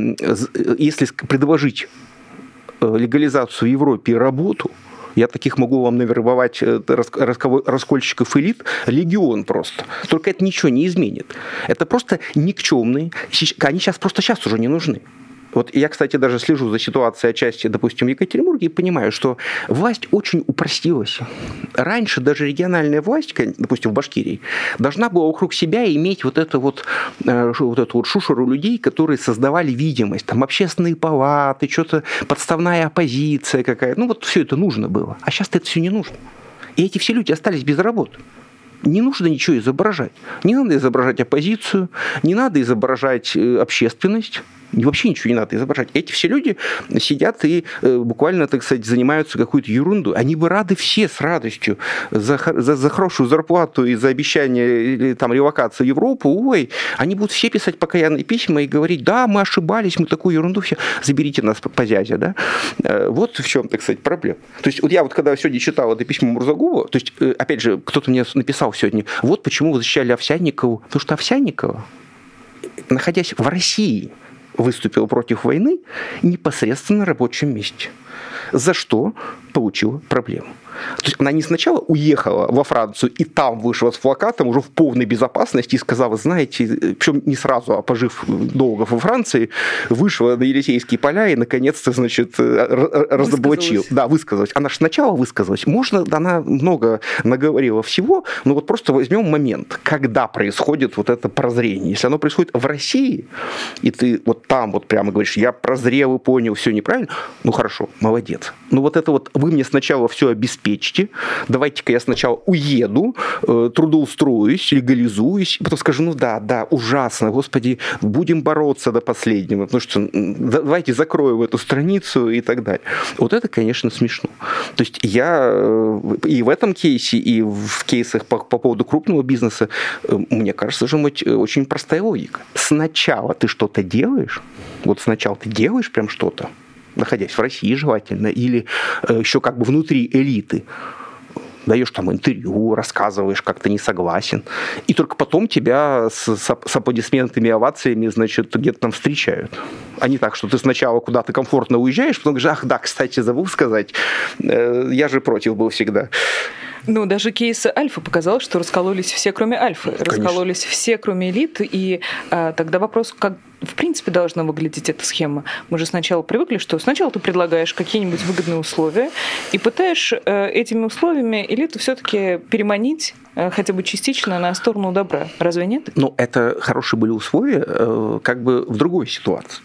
если предложить легализацию в Европе и работу, я таких могу вам навербовать раскольщиков элит, легион просто. Только это ничего не изменит. Это просто никчемные. Они сейчас просто сейчас уже не нужны. Вот я, кстати, даже слежу за ситуацией отчасти, допустим, в Екатеринбурге и понимаю, что власть очень упростилась. Раньше даже региональная власть, допустим, в Башкирии, должна была вокруг себя иметь вот эту вот, вот, эту вот шушеру людей, которые создавали видимость. Там общественные палаты, что-то подставная оппозиция какая-то. Ну вот все это нужно было. А сейчас это все не нужно. И эти все люди остались без работы. Не нужно ничего изображать. Не надо изображать оппозицию, не надо изображать общественность. И вообще ничего не надо изображать. Эти все люди сидят и э, буквально, так сказать, занимаются какой-то ерундой. Они бы рады все с радостью за, за, за хорошую зарплату и за обещание или там релокации в Европу. Ой, они будут все писать покаянные письма и говорить, да, мы ошибались, мы такую ерунду все, заберите нас по зязе, да. Э, вот в чем, так сказать, проблема. То есть вот я вот когда сегодня читал это письмо Мурзагулова, то есть, э, опять же, кто-то мне написал сегодня, вот почему вы защищали Овсянникову. Потому что Овсянникова, находясь в России, выступил против войны непосредственно на рабочем месте. За что получила проблему. То есть она не сначала уехала во Францию и там вышла с плакатом уже в полной безопасности и сказала, знаете, причем не сразу, а пожив долго во Франции, вышла на Елисейские поля и наконец-то, значит, разоблачила. Да, высказалась. Она же сначала высказалась. Можно, она много наговорила всего, но вот просто возьмем момент, когда происходит вот это прозрение. Если оно происходит в России, и ты вот там вот прямо говоришь, я прозрел и понял, все неправильно, ну хорошо, молодец. Ну вот это вот вы мне сначала все обеспечите, давайте-ка я сначала уеду, трудоустроюсь, легализуюсь, и потом скажу, ну да, да, ужасно, господи, будем бороться до последнего, потому что давайте закроем эту страницу и так далее. Вот это, конечно, смешно. То есть я и в этом кейсе, и в кейсах по, по поводу крупного бизнеса, мне кажется, должна быть очень простая логика. Сначала ты что-то делаешь, вот сначала ты делаешь прям что-то, находясь в России желательно, или еще как бы внутри элиты, даешь там интервью, рассказываешь, как ты не согласен, и только потом тебя с, с, с аплодисментами, овациями, значит, где-то там встречают. А не так, что ты сначала куда-то комфортно уезжаешь, потом говоришь, ах, да, кстати, забыл сказать, я же против был всегда. Ну, даже кейс Альфа показал, что раскололись все, кроме Альфы. Конечно. Раскололись все, кроме элиты. И а, тогда вопрос, как в принципе должна выглядеть эта схема. Мы же сначала привыкли, что сначала ты предлагаешь какие-нибудь выгодные условия и пытаешь э, этими условиями элиту все-таки переманить э, хотя бы частично на сторону добра. Разве нет? Ну, это хорошие были условия э, как бы в другой ситуации.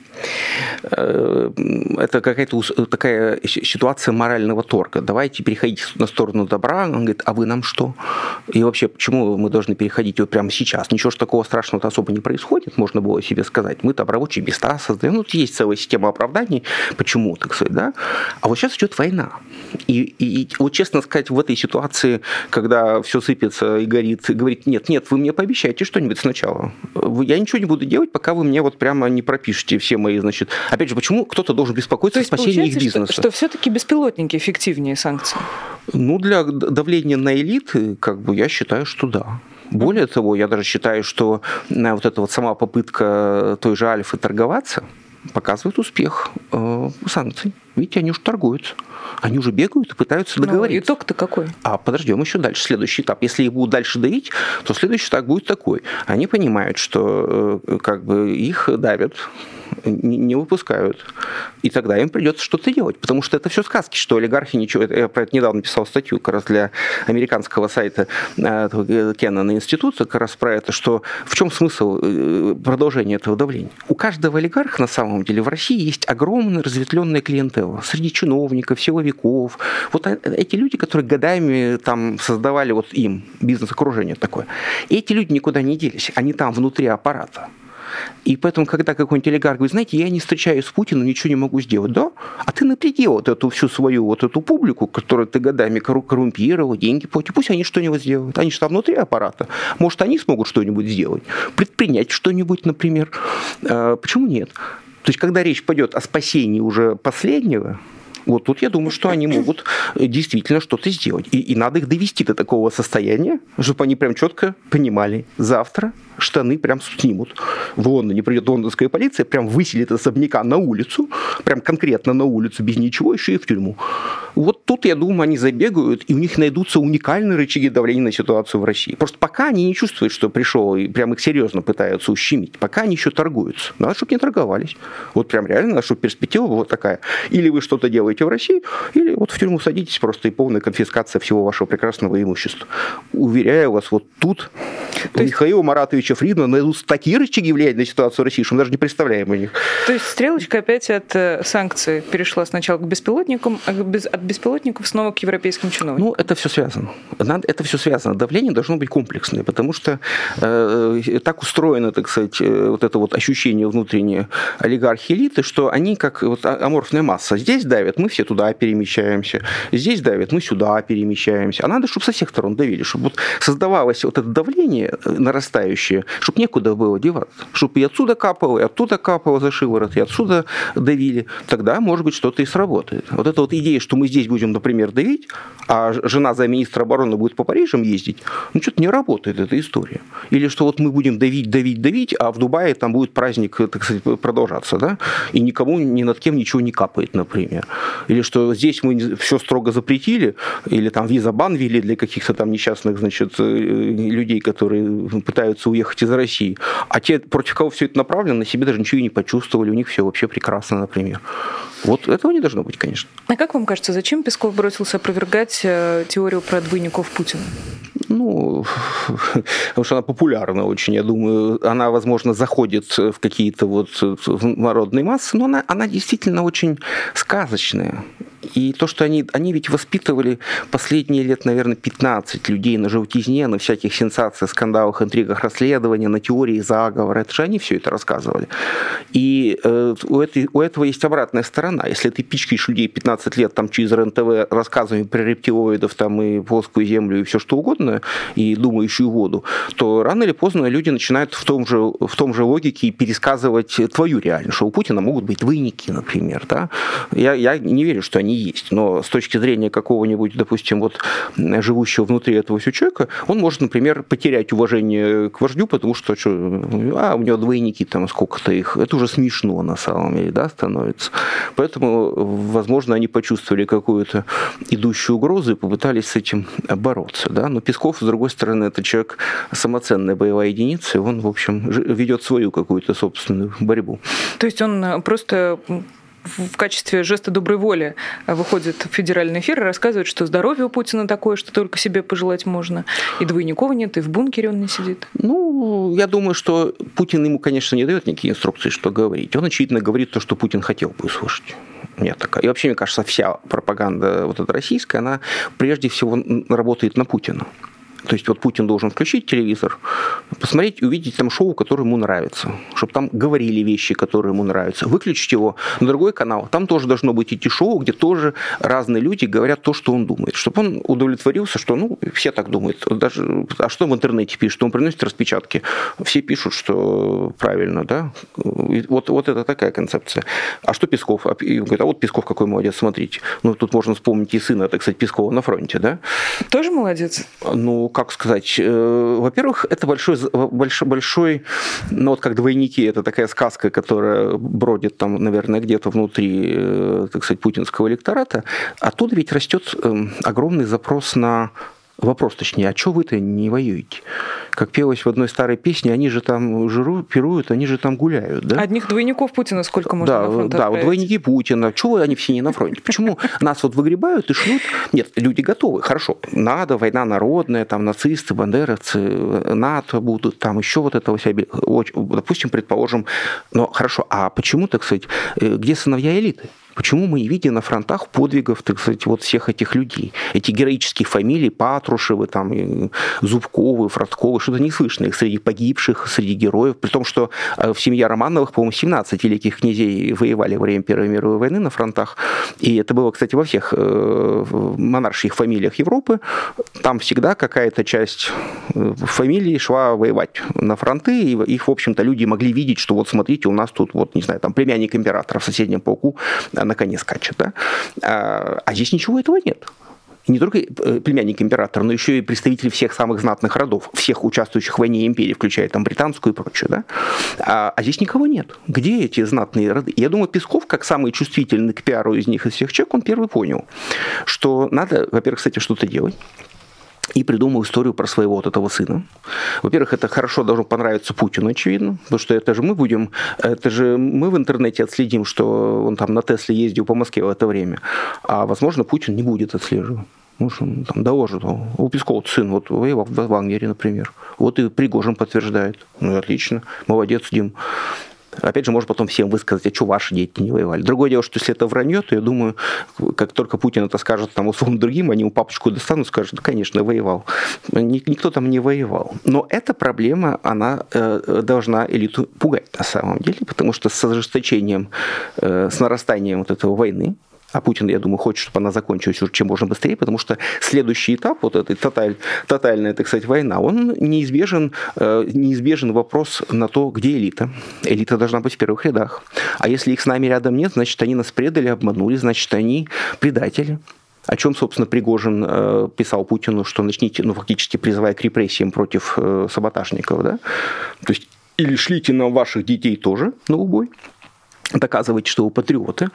Это какая-то такая ситуация морального торга. Давайте переходите на сторону добра. Он говорит, а вы нам что? И вообще, почему мы должны переходить вот прямо сейчас? Ничего ж такого страшного особо не происходит, можно было себе сказать. Мы там рабочие места создаем. Ну, есть целая система оправданий, почему, так сказать, да? А вот сейчас идет война. И, и, и вот честно сказать, в этой ситуации, когда все сыпется и горит, говорит, нет, нет, вы мне пообещайте что-нибудь сначала. Я ничего не буду делать, пока вы мне вот прямо не пропишете все мои, значит... Опять же, почему кто-то должен беспокоиться о спасении их бизнеса? Что, что все-таки беспилотники эффективнее санкций? Ну, для давления на элиты, как бы, я считаю, что да. Более того, я даже считаю, что вот эта вот сама попытка той же Альфы торговаться показывает успех э, санкций. Видите, они уже торгуются. Они уже бегают и пытаются договориться. Ну, итог-то какой? А подождем еще дальше, следующий этап. Если их будут дальше давить, то следующий этап будет такой. Они понимают, что э, как бы их давят, не выпускают. И тогда им придется что-то делать. Потому что это все сказки, что олигархи ничего... Я про это недавно писал статью как раз для американского сайта Кеннона института, как раз про это, что в чем смысл продолжения этого давления. У каждого олигарха на самом деле в России есть огромная разветвленная клиентела среди чиновников, силовиков. Вот эти люди, которые годами там создавали вот им бизнес-окружение такое. И эти люди никуда не делись. Они там внутри аппарата. И поэтому, когда какой-нибудь олигарх говорит, знаете, я не встречаюсь с Путиным, ничего не могу сделать, да? А ты напряги вот эту всю свою вот эту публику, которую ты годами коррумпировал, деньги платил, пусть они что-нибудь сделают. Они же там внутри аппарата. Может, они смогут что-нибудь сделать, предпринять что-нибудь, например. А почему нет? То есть, когда речь пойдет о спасении уже последнего, вот тут я думаю, что они могут действительно что-то сделать. И, и надо их довести до такого состояния, чтобы они прям четко понимали, завтра штаны прям снимут. В Лондоне придет лондонская полиция, прям выселит особняка на улицу, прям конкретно на улицу, без ничего, еще и в тюрьму. Вот тут, я думаю, они забегают, и у них найдутся уникальные рычаги давления на ситуацию в России. Просто пока они не чувствуют, что пришел, и прям их серьезно пытаются ущемить, пока они еще торгуются. Надо, чтобы не торговались. Вот прям реально, чтобы перспектива была такая. Или вы что-то делаете в России, или вот в тюрьму садитесь просто, и полная конфискация всего вашего прекрасного имущества. Уверяю вас, вот тут у есть... Михаила Маратовича Фридмана найдутся такие рычаги влияния на ситуацию в России, что мы даже не представляем о них. То есть стрелочка опять от санкций перешла сначала к беспилотникам, а от беспилотников снова к европейским чиновникам? Ну, это все связано. Надо, это все связано. Давление должно быть комплексное, потому что э, так устроено, так сказать, вот это вот ощущение внутреннее олигархии элиты, что они как вот аморфная масса. Здесь давят, мы все туда перемещаемся. Здесь давят, мы сюда перемещаемся. А надо, чтобы со всех сторон давили, чтобы вот создавалось вот это давление нарастающее, чтобы некуда было деваться. Чтобы и отсюда капало, и оттуда капало за шиворот, и отсюда давили. Тогда, может быть, что-то и сработает. Вот эта вот идея, что мы здесь будем, например, давить, а жена замминистра обороны будет по Парижам ездить, ну, что-то не работает эта история. Или что вот мы будем давить, давить, давить, а в Дубае там будет праздник, так сказать, продолжаться, да, и никому ни над кем ничего не капает, например. Или что здесь мы все строго запретили, или там виза-бан ввели для каких-то там несчастных, значит, людей, которые пытаются уехать из России, а те, против кого все это направлено, на себе даже ничего и не почувствовали, у них все вообще прекрасно, например. Вот этого не должно быть, конечно. А как вам кажется, зачем Песков бросился опровергать теорию про двойников Путина? Ну, потому что она популярна очень, я думаю. Она, возможно, заходит в какие-то вот народные массы, но она, она действительно очень сказочная. И то, что они, они ведь воспитывали последние лет, наверное, пятнадцать людей на желтизне, на всяких сенсациях, скандалах, интригах, расследования, на теории заговора. Это же они все это рассказывали. И э, у, этой, у этого есть обратная сторона. Если ты пичкаешь людей пятнадцать лет там, через РЕН-ТВ рассказами про рептилоидов там, и плоскую землю и все что угодно, и думающую воду, то рано или поздно люди начинают в том же, в том же логике пересказывать твою реальность, что у Путина могут быть двойники, например. Да? Я, я не верю, что они есть, но с точки зрения какого-нибудь, допустим, вот живущего внутри этого всего человека, он может, например, потерять уважение к вождю, потому что, что а, у него двойники, там сколько-то их, это уже смешно на самом деле, да, становится. Поэтому, возможно, они почувствовали какую-то идущую угрозу и попытались с этим бороться, да, но Песков, с другой стороны, это человек самоценная боевая единица, и он, в общем, ведет свою какую-то собственную борьбу. То есть он просто в качестве жеста доброй воли выходит в федеральный эфир и рассказывает, что здоровье у Путина такое, что только себе пожелать можно. И двойников нет, и в бункере он не сидит. Ну, я думаю, что Путин ему, конечно, не дает никакие инструкции, что говорить. Он, очевидно, говорит то, что Путин хотел бы услышать. Нет, такая. И вообще, мне кажется, вся пропаганда вот эта российская, она прежде всего работает на Путина. То есть вот Путин должен включить телевизор, посмотреть и увидеть там шоу, которое ему нравится, чтобы там говорили вещи, которые ему нравятся. Выключить его на другой канал, там тоже должно быть идти шоу, где тоже разные люди говорят то, что он думает. Чтобы он удовлетворился, что ну все так думают. Даже, а что в интернете пишут? Он приносит распечатки. Все пишут, что правильно, да? И вот, вот это такая концепция. А что Песков? И он говорит, а вот Песков какой молодец, смотрите. Ну тут можно вспомнить и сына, так сказать, Пескова на фронте, да? Тоже молодец? Ну, как сказать, во-первых, это большой, большой, большой, ну вот как двойники, это такая сказка, которая бродит там, наверное, где-то внутри, так сказать, путинского электората. Оттуда ведь растет огромный запрос на вопрос, точнее, а что вы-то не воюете? Как пелось в одной старой песне, они же там жируют, пируют, они же там гуляют, да? Одних двойников Путина сколько можно да, на фронт Да, вот двойники Путина. Чего они все не на фронте? Почему нас вот выгребают и шлют? Нет, люди готовы. Хорошо, надо, война народная, там нацисты, бандеровцы, НАТО будут, там еще вот этого себя, допустим, предположим. Но хорошо, а почему, так сказать, где сыновья элиты? Почему мы не видим на фронтах подвигов, так сказать, вот всех этих людей? Эти героические фамилии, Патрушевы, там, Зубковы, Фродковы, что-то не слышно их среди погибших, среди героев. При том, что в семье Романовых, по-моему, семнадцать великих князей воевали во время Первой мировой войны на фронтах. И это было, кстати, во всех монарших фамилиях Европы. Там всегда какая-то часть фамилии шла воевать на фронты, и их, в общем-то, люди могли видеть, что вот смотрите, у нас тут, вот, не знаю, там племянник императора в соседнем полку на коне скачет, да? А, а здесь ничего этого нет. И не только племянник императора, но еще и представители всех самых знатных родов, всех участвующих в войне империи, включая там британскую и прочее, да? А, а здесь никого нет. Где эти знатные роды? Я думаю, Песков, как самый чувствительный к пиару из них, из всех человек, он первый понял, что надо, во-первых, с этим что-то делать. И придумал историю про своего вот этого сына. Во-первых, это хорошо должно понравиться Путину, очевидно, потому что это же мы будем, это же мы в интернете отследим, что он там на Тесле ездил по Москве в это время, а, возможно, Путин не будет отслеживать. Может, он там доложит. У Пескова сын вот воевал в Вагнере, например. Вот и Пригожин подтверждает. Ну, отлично. Молодец, Дим. Опять же, можно потом всем высказать, а что ваши дети не воевали. Другое дело, что если это вранье, то я думаю, как только Путин это скажет там условно другим, они ему папочку достанут и скажут, да, конечно, воевал. Никто там не воевал. Но эта проблема, она э, должна элиту пугать на самом деле, потому что с ожесточением, э, с нарастанием вот этого войны, а Путин, я думаю, хочет, чтобы она закончилась уже чем можно быстрее, потому что следующий этап, вот этой тоталь, тотальная, так сказать, война, он неизбежен, э, неизбежен вопрос на то, где элита. Элита должна быть в первых рядах. А если их с нами рядом нет, значит, они нас предали, обманули, значит, они предатели. О чем, собственно, Пригожин э, писал Путину, что начните, ну, фактически призывая к репрессиям против э, саботажников, да? То есть или шлите нам ваших детей тоже на убой, доказывайте, что вы патриоты.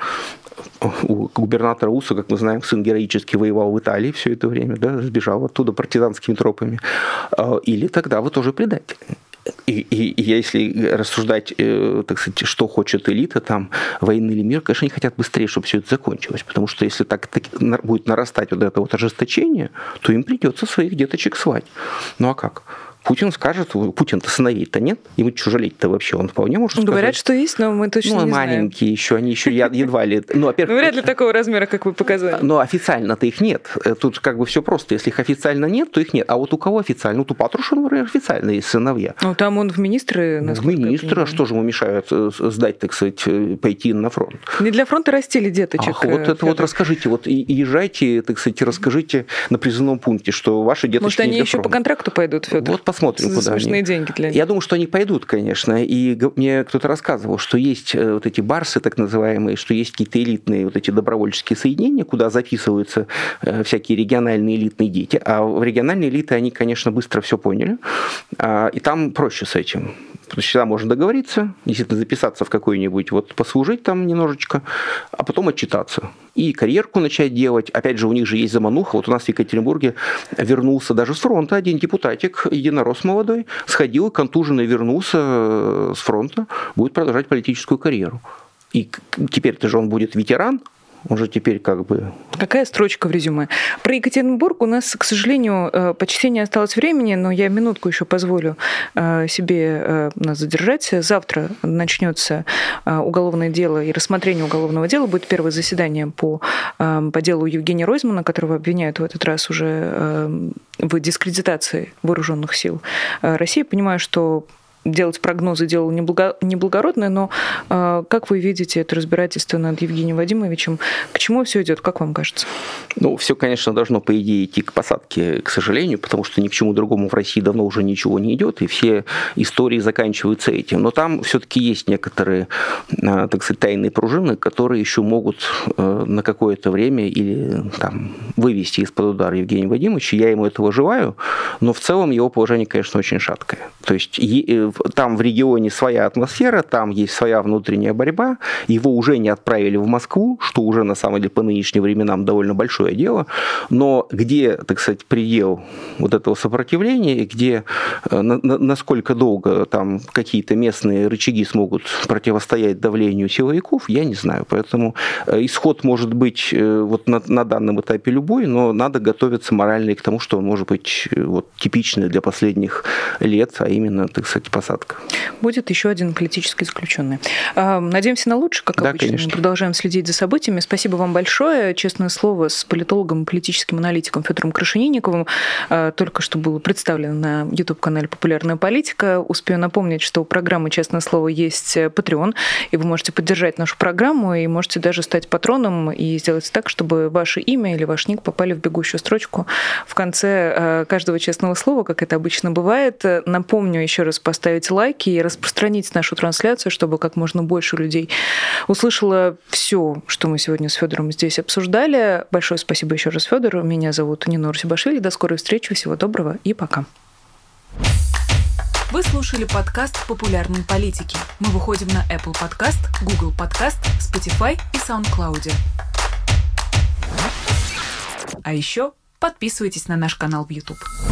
У губернатора Уса, как мы знаем, сын героически воевал в Италии все это время, да, сбежал оттуда партизанскими тропами. Или тогда вы тоже предатель. И, и, и если рассуждать, э, так сказать, что хочет элита, там, войны или мир, конечно, они хотят быстрее, чтобы все это закончилось. Потому что если так, так будет нарастать вот это вот ожесточение, то им придется своих деточек свать. Ну а как? Путин скажет, Путин-то сыновей-то нет, ему что жалеть-то вообще, он вполне может сказать. Говорят, что есть, но мы точно ну, не знаем. Ну, маленькие еще, они еще едва ли... Ну, во-первых, вряд ли такого размера, как вы показали. Но официально-то их нет. Тут как бы все просто. Если их официально нет, то их нет. А вот у кого официально? Вот у Патрушева, например, официально есть сыновья. Ну, там он в министры, насколько В министры, а что же ему мешает сдать, так сказать, пойти на фронт? Не для фронта растили деточек. Ах, вот это Федор. Вот расскажите. Вот и езжайте, так сказать, расскажите на призывном пункте, что ваши деточки Может, они не для еще фронта. По контракту пойдут, Федор? Вот посмотрим, куда они. Деньги для них. Я думаю, что они пойдут, конечно. И мне кто-то рассказывал, что есть вот эти барсы, так называемые, что есть какие-то элитные вот эти добровольческие соединения, куда записываются всякие региональные элитные дети. А в региональные элиты они, конечно, быстро все поняли. И там проще с этим. Всегда можно договориться, действительно записаться в какой-нибудь, вот послужить там немножечко, а потом отчитаться. И карьерку начать делать. Опять же, у них же есть замануха. Вот у нас в Екатеринбурге вернулся даже с фронта один депутатик, единорос молодой, сходил, контуженный вернулся с фронта, будет продолжать политическую карьеру. И теперь-то же он будет ветеран, он же теперь как бы... Какая строчка в резюме? Про Екатеринбург у нас, к сожалению, почти не осталось времени, но я минутку еще позволю себе нас задержать. Завтра начнется уголовное дело и рассмотрение уголовного дела. Будет первое заседание по, по делу Евгения Ройзмана, которого обвиняют в этот раз уже в дискредитации вооруженных сил России. Понимаю, что делать прогнозы дело неблагородное, но э, как вы видите это разбирательство над Евгением Вадимовичем? К чему все идет, как вам кажется? Ну, все, конечно, должно, по идее, идти к посадке, к сожалению, потому что ни к чему другому в России давно уже ничего не идет, и все истории заканчиваются этим. Но там все-таки есть некоторые, э, так сказать, тайные пружины, которые еще могут э, на какое-то время или там вывести из-под удара Евгения Вадимовича. Я ему этого желаю, но в целом его положение, конечно, очень шаткое. То есть там в регионе своя атмосфера, там есть своя внутренняя борьба, его уже не отправили в Москву, что уже на самом деле по нынешним временам довольно большое дело, но где, так сказать, предел вот этого сопротивления, и где, на, на, насколько долго там какие-то местные рычаги смогут противостоять давлению силовиков, я не знаю, поэтому исход может быть вот на, на данном этапе любой, но надо готовиться морально и к тому, что он может быть вот типичный для последних лет, а именно, так сказать, посадка. Будет еще один политический заключенный. Надеемся на лучшее, как да, обычно. Конечно. Мы продолжаем следить за событиями. Спасибо вам большое. Честное слово, с политологом и политическим аналитиком Федором Крашенинниковым только что было представлено на YouTube-канале «Популярная политика». Успею напомнить, что у программы «Честное слово» есть Patreon, и вы можете поддержать нашу программу, и можете даже стать патроном и сделать так, чтобы ваше имя или ваш ник попали в бегущую строчку в конце каждого честного слова, как это обычно бывает. Напомню еще раз поставить лайки и распространить нашу трансляцию, чтобы как можно больше людей услышало все, что мы сегодня с Федором здесь обсуждали. Большое спасибо еще раз Федору. Меня зовут Нина Русибашвили. До скорой встречи. Всего доброго и пока. Вы слушали подкаст «Популярные политики». Мы выходим на Apple Podcast, Google Podcast, Spotify и SoundCloud. А еще подписывайтесь на наш канал в YouTube.